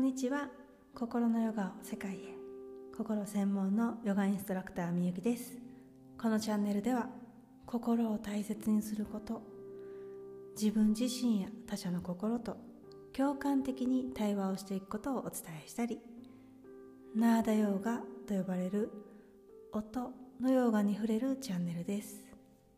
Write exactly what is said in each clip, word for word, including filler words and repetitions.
にちは。心のヨガを世界へ。心専門のヨガインストラクターみゆきです。このチャンネルでは心を大切にすること、自分自身や他者の心と共感的に対話をしていくことをお伝えしたり、ナーダヨーガと呼ばれる音のヨーガに触れるチャンネルです。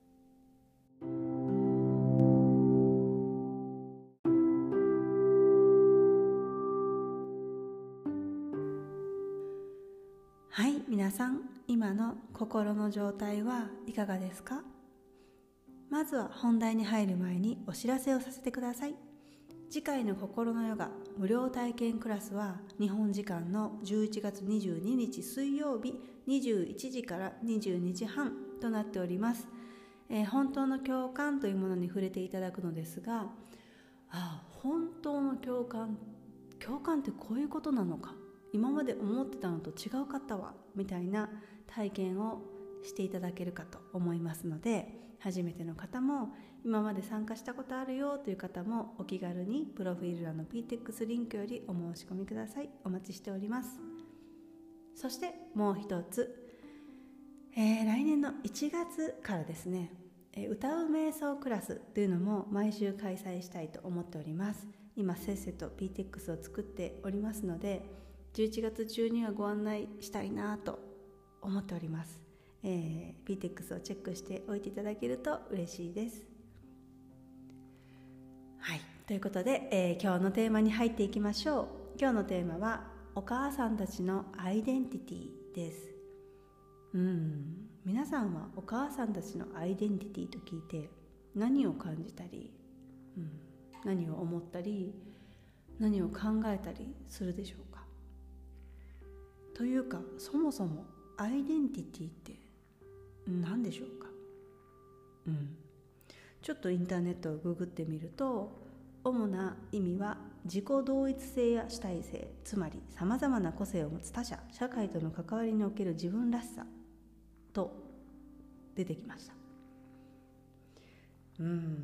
はい、皆さん、今の心の状態はいかがですか？まずは本題に入る前にお知らせをさせてください。次回の心のヨガ無料体験クラスは日本時間のじゅういちがつにじゅうににち水曜日にじゅういちじからにじゅうにじはんとなっております。えー、本当の共感というものに触れていただくのですが、あ、本当の共感共感ってこういうことなのか、今まで思ってたのと違うかったわみたいな体験をしていただけるかと思いますので、初めての方も今まで参加したことあるよという方もお気軽にプロフィール欄の ピーテックス リンクよりお申し込みください。お待ちしております。そしてもう一つ、えー、来年のいちがつからですね、えー、歌う瞑想クラスというのも毎週開催したいと思っております。今せっせと ピーテックス を作っておりますので、じゅういちがつ中にはご案内したいなと思っております。えー、ピーテックス をチェックしておいていただけると嬉しいです。はい、ということで、えー、今日のテーマに入っていきましょう。今日のテーマはお母さんたちのアイデンティティです。うん、皆さんはお母さんたちのアイデンティティと聞いて何を感じたり、うん、何を思ったり、何を考えたりするでしょうか。というか、そもそもアイデンティティって何でしょうか。うん、ちょっとインターネットをググってみると、主な意味は自己同一性や主体性、つまりさまざまな個性を持つ他者、社会との関わりにおける自分らしさと出てきました。うん、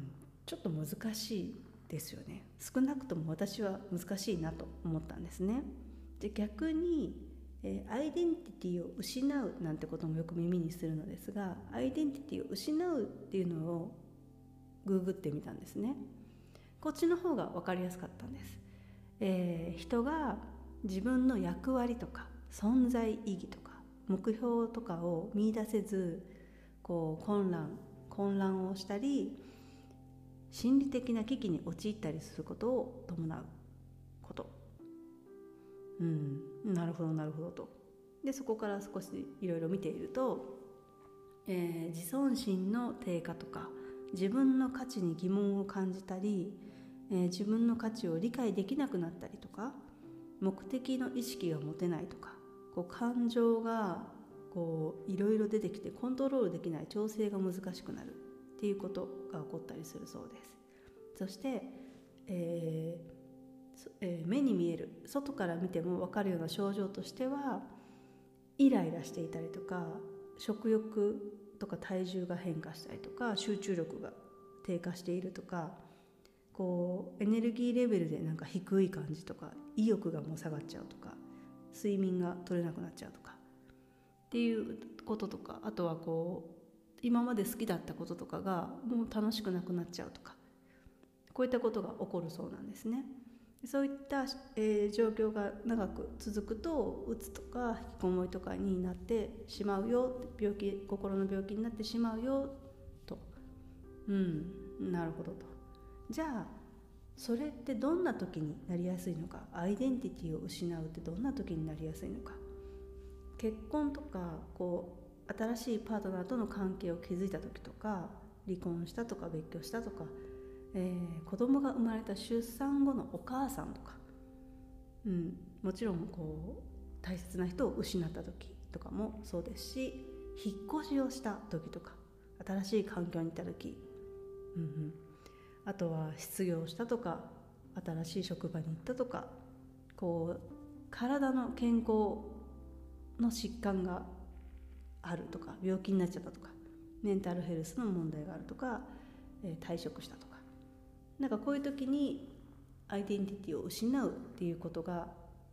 ちょっと難しいですよね。少なくとも私は難しいなと思ったんですね。で、逆にアイデンティティを失うなんてこともよく耳にするのですが、アイデンティティを失うっていうのをググってみたんですね。こっちの方が分かりやすかったんです。えー、人が自分の役割とか存在意義とか目標とかを見出せず、こう混乱混乱をしたり、心理的な危機に陥ったりすることを伴うこと。うん、なるほどなるほどと。で、そこから少しいろいろ見ていると、えー、自尊心の低下とか、自分の価値に疑問を感じたり、えー、自分の価値を理解できなくなったりとか、目的の意識が持てないとか、こう感情がこういろいろ出てきてコントロールできない、調整が難しくなるっていうことが起こったりするそうです。そして、えーえー、目に見える、外から見ても分かるような症状としては、イライラしていたりとか、食欲とか体重が変化したりとか、集中力が低下しているとか、こうエネルギーレベルでなんか低い感じとか、意欲がもう下がっちゃうとか、睡眠が取れなくなっちゃうとかっていうこととか、あとはこう今まで好きだったこととかがもう楽しくなくなっちゃうとか、こういったことが起こるそうなんですね。そういった、えー、状況が長く続くと、うつとか引きこもりとかになってしまうよ、病気心の病気になってしまうよと。うん、なるほどと。じゃあそれってどんな時になりやすいのか、アイデンティティを失うってどんな時になりやすいのか。結婚とか、こう新しいパートナーとの関係を築いた時とか、離婚したとか別居したとか、えー、子供が生まれた出産後のお母さんとか、うん、もちろんこう大切な人を失った時とかもそうですし、引っ越しをした時とか、新しい環境に行った時、うんうん、あとは失業したとか、新しい職場に行ったとか、こう体の健康の疾患があるとか、病気になっちゃったとか、メンタルヘルスの問題があるとか、えー、退職したとか、なんかこういう時にアイデンティティを失うっていうことが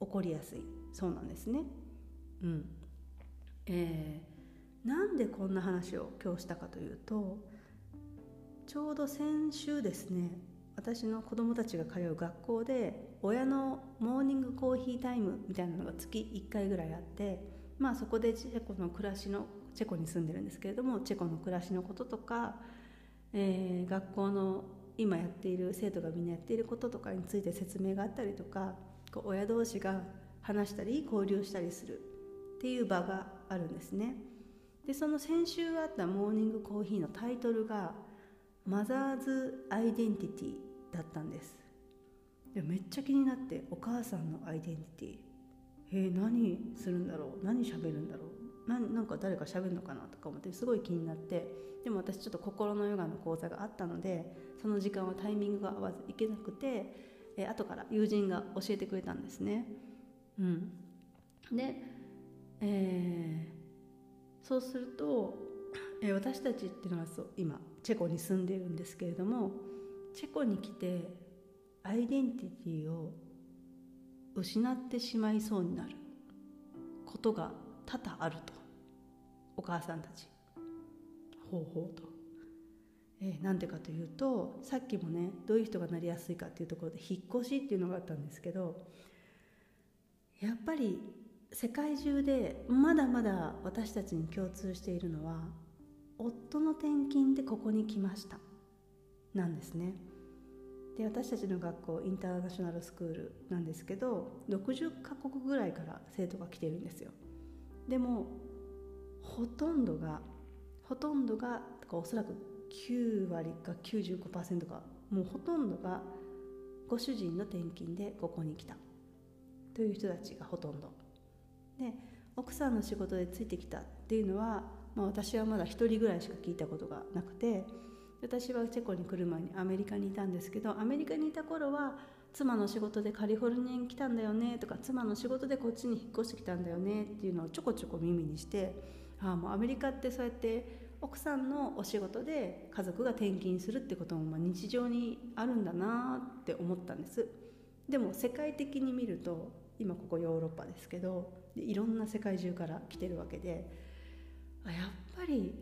起こりやすいそうなんですね。うんえー、なんでこんな話を今日したかというと、ちょうど先週ですね、私の子供たちが通う学校で親のモーニングコーヒータイムみたいなのが月いっかいぐらいあって、まあそこでチェコの暮らしのチェコに住んでるんですけれども、チェコの暮らしのこととか、えー、学校の今やっている生徒がみんなやっていることとかについて説明があったりとか、こう親同士が話したり交流したりするっていう場があるんですね。でその先週あったモーニングコーヒーのタイトルがマザーズ・アイデンティティだったんです。でめっちゃ気になって、お母さんのアイデンティティ、えー、何するんだろう、何喋るんだろう、ななんか誰か喋るのかなとか思ってすごい気になって、でも私ちょっと心のヨガの講座があったので、その時間はタイミングが合わず行けなくて、えー、後から友人が教えてくれたんですね。うん、で、えー、そうすると、えー、私たちっていうのはそう今チェコに住んでいるんですけれども、チェコに来てアイデンティティを失ってしまいそうになることが多々あると、お母さんたちほうほうと、えー、なんでかというと、さっきもねどういう人がなりやすいかっていうところで引っ越しっていうのがあったんですけど、やっぱり世界中でまだまだ私たちに共通しているのは、夫の転勤でここに来ましたなんですね。で私たちの学校インターナショナルスクールなんですけど、ろくじゅっかこくぐらいから生徒が来てるんですよ。でもほとんどがほとんどがおそらくきゅうわりか きゅうじゅうごパーセント か、もうほとんどがご主人の転勤でここに来たという人たちがほとんどで、奥さんの仕事でついてきたっていうのは、まあ、私はまだ一人ぐらいしか聞いたことがなくて、私はチェコに来る前にアメリカにいたんですけど、アメリカにいた頃は妻の仕事でカリフォルニアに来たんだよねとか、妻の仕事でこっちに引っ越してきたんだよねっていうのをちょこちょこ耳にして、ああもうアメリカってそうやって奥さんのお仕事で家族が転勤するってこともまあ日常にあるんだなって思ったんです。でも世界的に見ると、今ここヨーロッパですけど、いろんな世界中から来てるわけで、やっぱり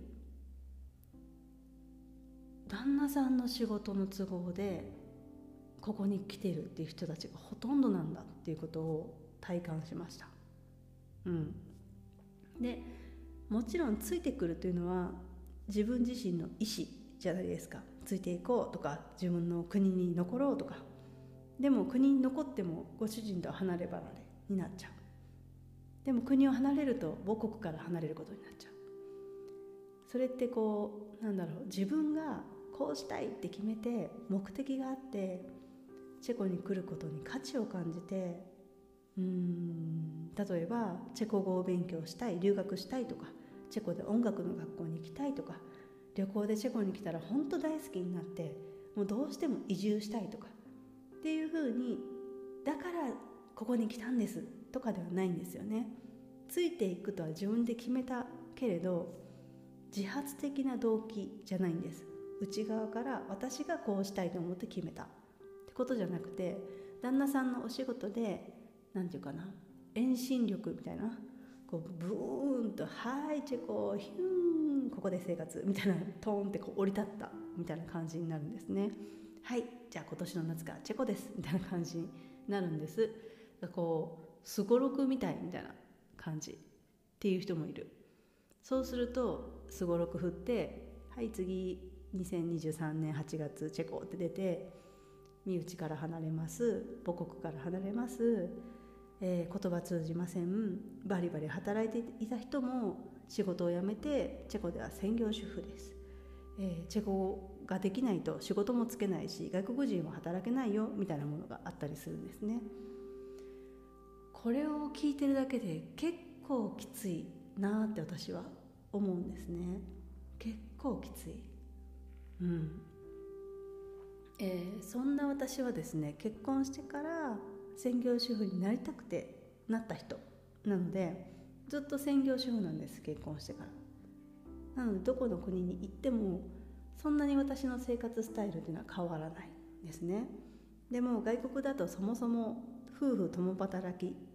旦那さんの仕事の都合でここに来てるっていう人たちがほとんどなんだっていうことを体感しました。うん、でもちろんついてくるというのは自分自身の意思じゃないですか。ついていこうとか、自分の国に残ろうとか。でも国に残ってもご主人とは離れ離れになっちゃう。でも国を離れると母国から離れることになっちゃう。それってこうなんだろう、自分がこうしたいって決めて目的があってチェコに来ることに価値を感じて、うーん例えばチェコ語を勉強したい、留学したいとか、チェコで音楽の学校に行きたいとか、旅行でチェコに来たら本当大好きになってもうどうしても移住したいとかっていう風に、だからここに来たんですとかではないんですよね。ついていくとは自分で決めたけれど、自発的な動機じゃないんです。内側から私がこうしたいと思って決めたってことじゃなくて、旦那さんのお仕事でなんていうかな、遠心力みたいな、こうブーンとはいチェコヒューンここで生活みたいな、トーンってこう降り立ったみたいな感じになるんですね。はいじゃあ今年の夏からチェコですみたいな感じになるんです。こうすごろくみたいみたいな感じっていう人もいる。そうするとすごろく振ってはい次にせんにじゅうさんねんはちがつチェコって出て、身内から離れます、母国から離れます、えー、言葉通じません、バリバリ働いていた人も仕事を辞めてチェコでは専業主婦です、えー、チェコ語ができないと仕事もつけないし外国人は働けないよみたいなものがあったりするんですね。これを聞いてるだけで結構きついなって私は思うんですね。結構きつい。うんえー、そんな私はですね、結婚してから専業主婦になりたくてなった人なので、ずっと専業主婦なんです、結婚してから。なのでどこの国に行ってもそんなに私の生活スタイルというのは変わらないですね。でも外国だとそもそも夫婦共働き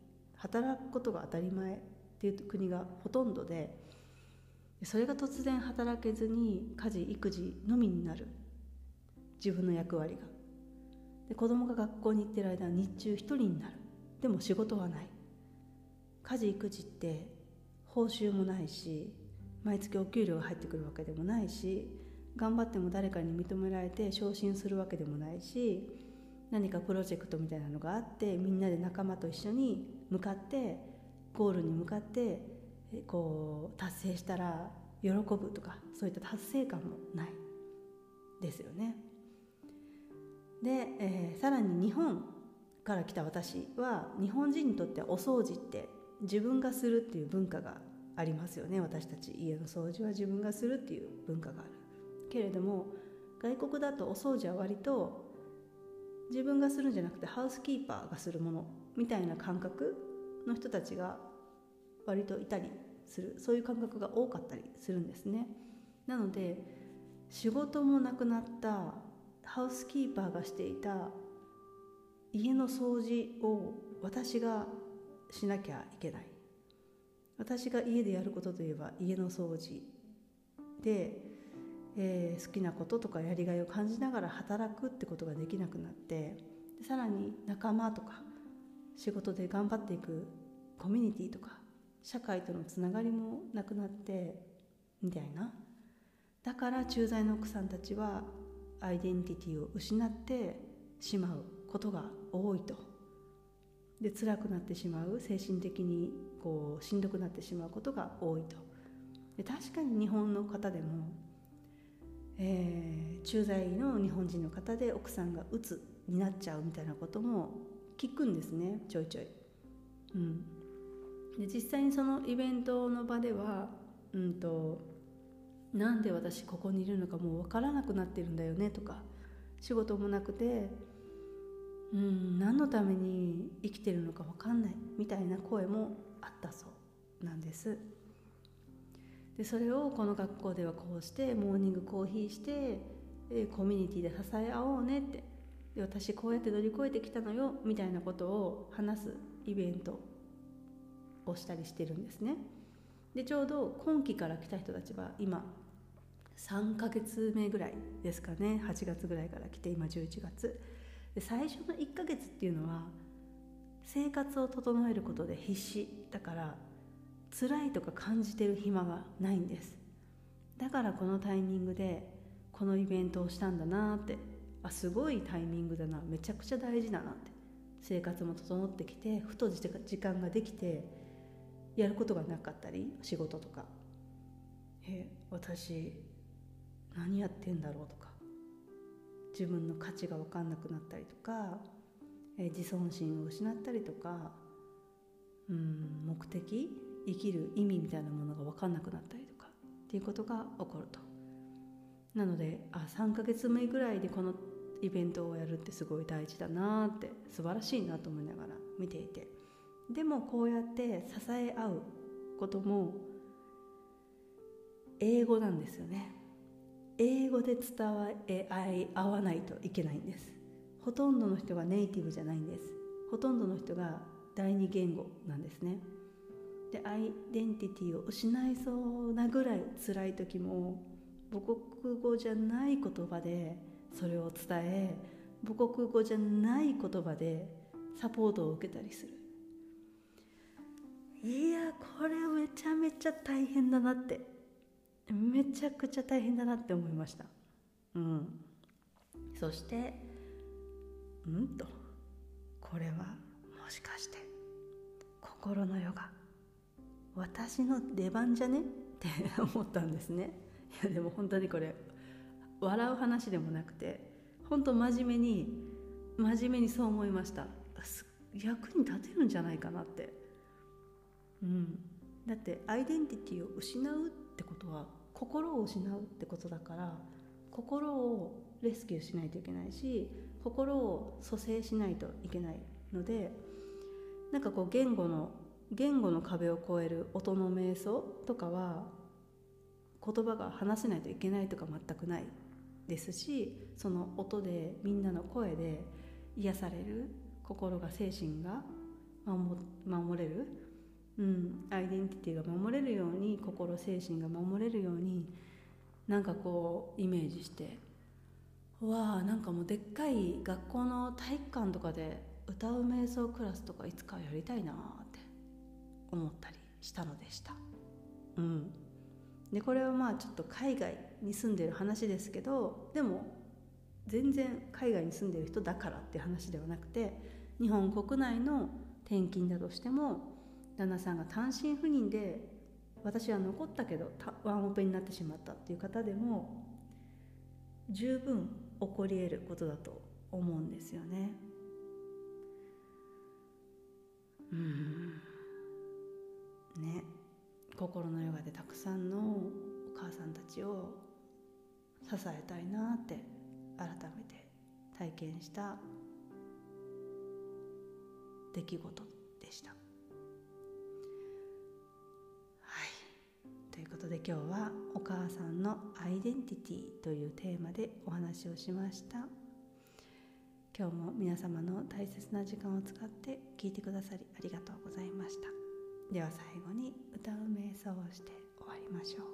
働くことが当たり前っていう国がほとんどで、それが突然働けずに家事育児のみになる、自分の役割が。で子供が学校に行ってる間は日中一人になる。でも仕事はない。家事育児って報酬もないし、毎月お給料が入ってくるわけでもないし、頑張っても誰かに認められて昇進するわけでもないし、何かプロジェクトみたいなのがあってみんなで仲間と一緒に向かってゴールに向かってこう達成したら喜ぶとか、そういった達成感もないですよね。で、えー、さらに日本から来た私は、日本人にとってはお掃除って自分がするっていう文化がありますよね。私たち家の掃除は自分がするっていう文化があるけれども、外国だとお掃除は割と自分がするんじゃなくてハウスキーパーがするものみたいな感覚の人たちが割といたりする、そういう感覚が多かったりするんですね。なので仕事もなくなったハウスキーパーがしていた家の掃除を私がしなきゃいけない。私が家でやることといえば家の掃除で、えー、好きなこととかやりがいを感じながら働くってことができなくなって、でさらに仲間とか仕事で頑張っていくコミュニティとか社会とのつながりもなくなってみたいな。だから駐在の奥さんたちはアイデンティティを失ってしまうことが多いと。で辛くなってしまう、精神的にこうしんどくなってしまうことが多いと。で確かに日本の方でも、えー、駐在の日本人の方で奥さんがうつになっちゃうみたいなことも聞くんですね、ちょいちょい。うん、で実際にそのイベントの場では、うんとなんで私ここにいるのかもう分からなくなってるんだよねとか、仕事もなくて、うん、何のために生きてるのか分かんないみたいな声もあったそうなんです。でそれをこの学校ではこうしてモーニングコーヒーして、えコミュニティで支え合おうねって、で私こうやって乗り越えてきたのよみたいなことを話すイベントをしたりしてるんですね。でちょうど今期から来た人たちは今さんかげつめぐらいですかね。はちがつぐらいから来て今じゅういちがつで、最初のいっかげつっていうのは生活を整えることで必死だから、辛いとか感じてる暇がないんです。だからこのタイミングでこのイベントをしたんだなって、あすごいタイミングだな、めちゃくちゃ大事だなって、生活も整ってきてふと時間ができてやることがなかったり、仕事とか、え私何やってんだろうとか、自分の価値が分かんなくなったりとか、え自尊心を失ったりとか、うん目的生きる意味みたいなものが分かんなくなったりとかっていうことが起こると。なのであさんかげつめぐらいでこのイベントをやるってすごい大事だなって、素晴らしいなと思いながら見ていて、でもこうやって支え合うことも英語なんですよね。英語で伝わえ合わないといけないんです。ほとんどの人がネイティブじゃないんです。ほとんどの人が第二言語なんですね。でアイデンティティを失いそうなぐらい辛い時も母国語じゃない言葉でそれを伝え、母国語じゃない言葉でサポートを受けたりする。いやこれめちゃめちゃ大変だなって、めちゃくちゃ大変だなって思いました。うん。そしてうんとこれはもしかして心のヨガ、私の出番じゃねって思ったんですね。いやでも本当にこれ笑う話でもなくて、本当真面目に真面目にそう思いました。役に立てるんじゃないかなって。うん。だってアイデンティティを失うってことは心を失うってことだから、心をレスキューしないといけないし、心を蘇生しないといけないので、なんかこう言語の言語の壁を越える音の瞑想とかは言葉が話せないといけないとか全くないですし、その音でみんなの声で癒される、心が精神が守守れる、うん、アイデンティティが守れるように、心精神が守れるように、なんかこうイメージして、うわーなんかもうでっかい学校の体育館とかで歌う瞑想クラスとかいつかやりたいなって思ったりしたのでした。うん、でこれはまあちょっと海外に住んでる話ですけど、でも全然海外に住んでる人だからっていう話ではなくて、日本国内の転勤だとしても、旦那さんが単身赴任で私は残ったけどワンオペになってしまったっていう方でも十分起こり得ることだと思うんですよね。うんね、心のヨガでたくさんのお母さんたちを支えたいなって改めて体験した出来事でした。はい、ということで今日はお母さんのアイデンティティというテーマでお話をしました。今日も皆様の大切な時間を使って聞いてくださりありがとうございました。では最後に歌う瞑想をして終わりましょう。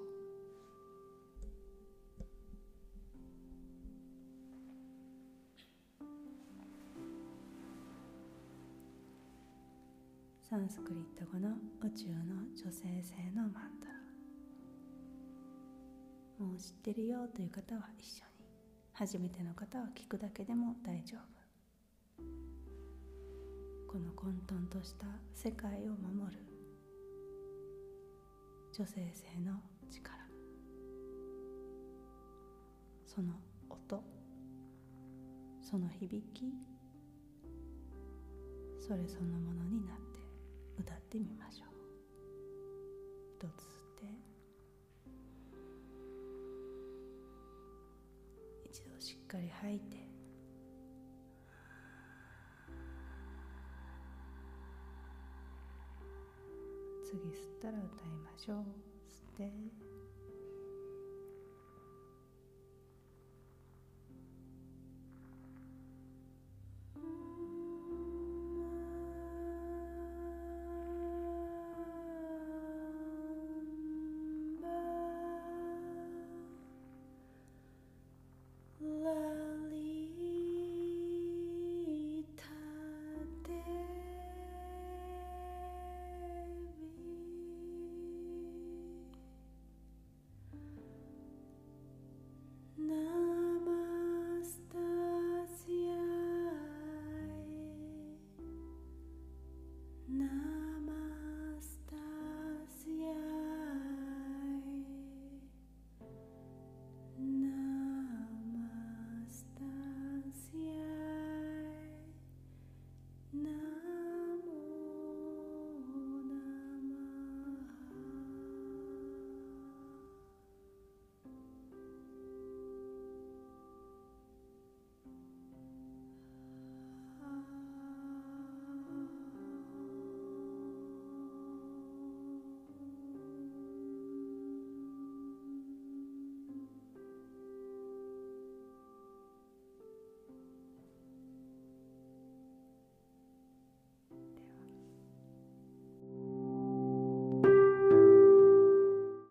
サンスクリット語の宇宙の女性性のマントラ。もう知ってるよという方は一緒に、初めての方は聞くだけでも大丈夫。この混沌とした世界を守る女性性の力、その音、その響き、それそのものになって歌ってみましょう。一つ吸って、一度しっかり吐いて、次吸ったら歌いましょう。吸って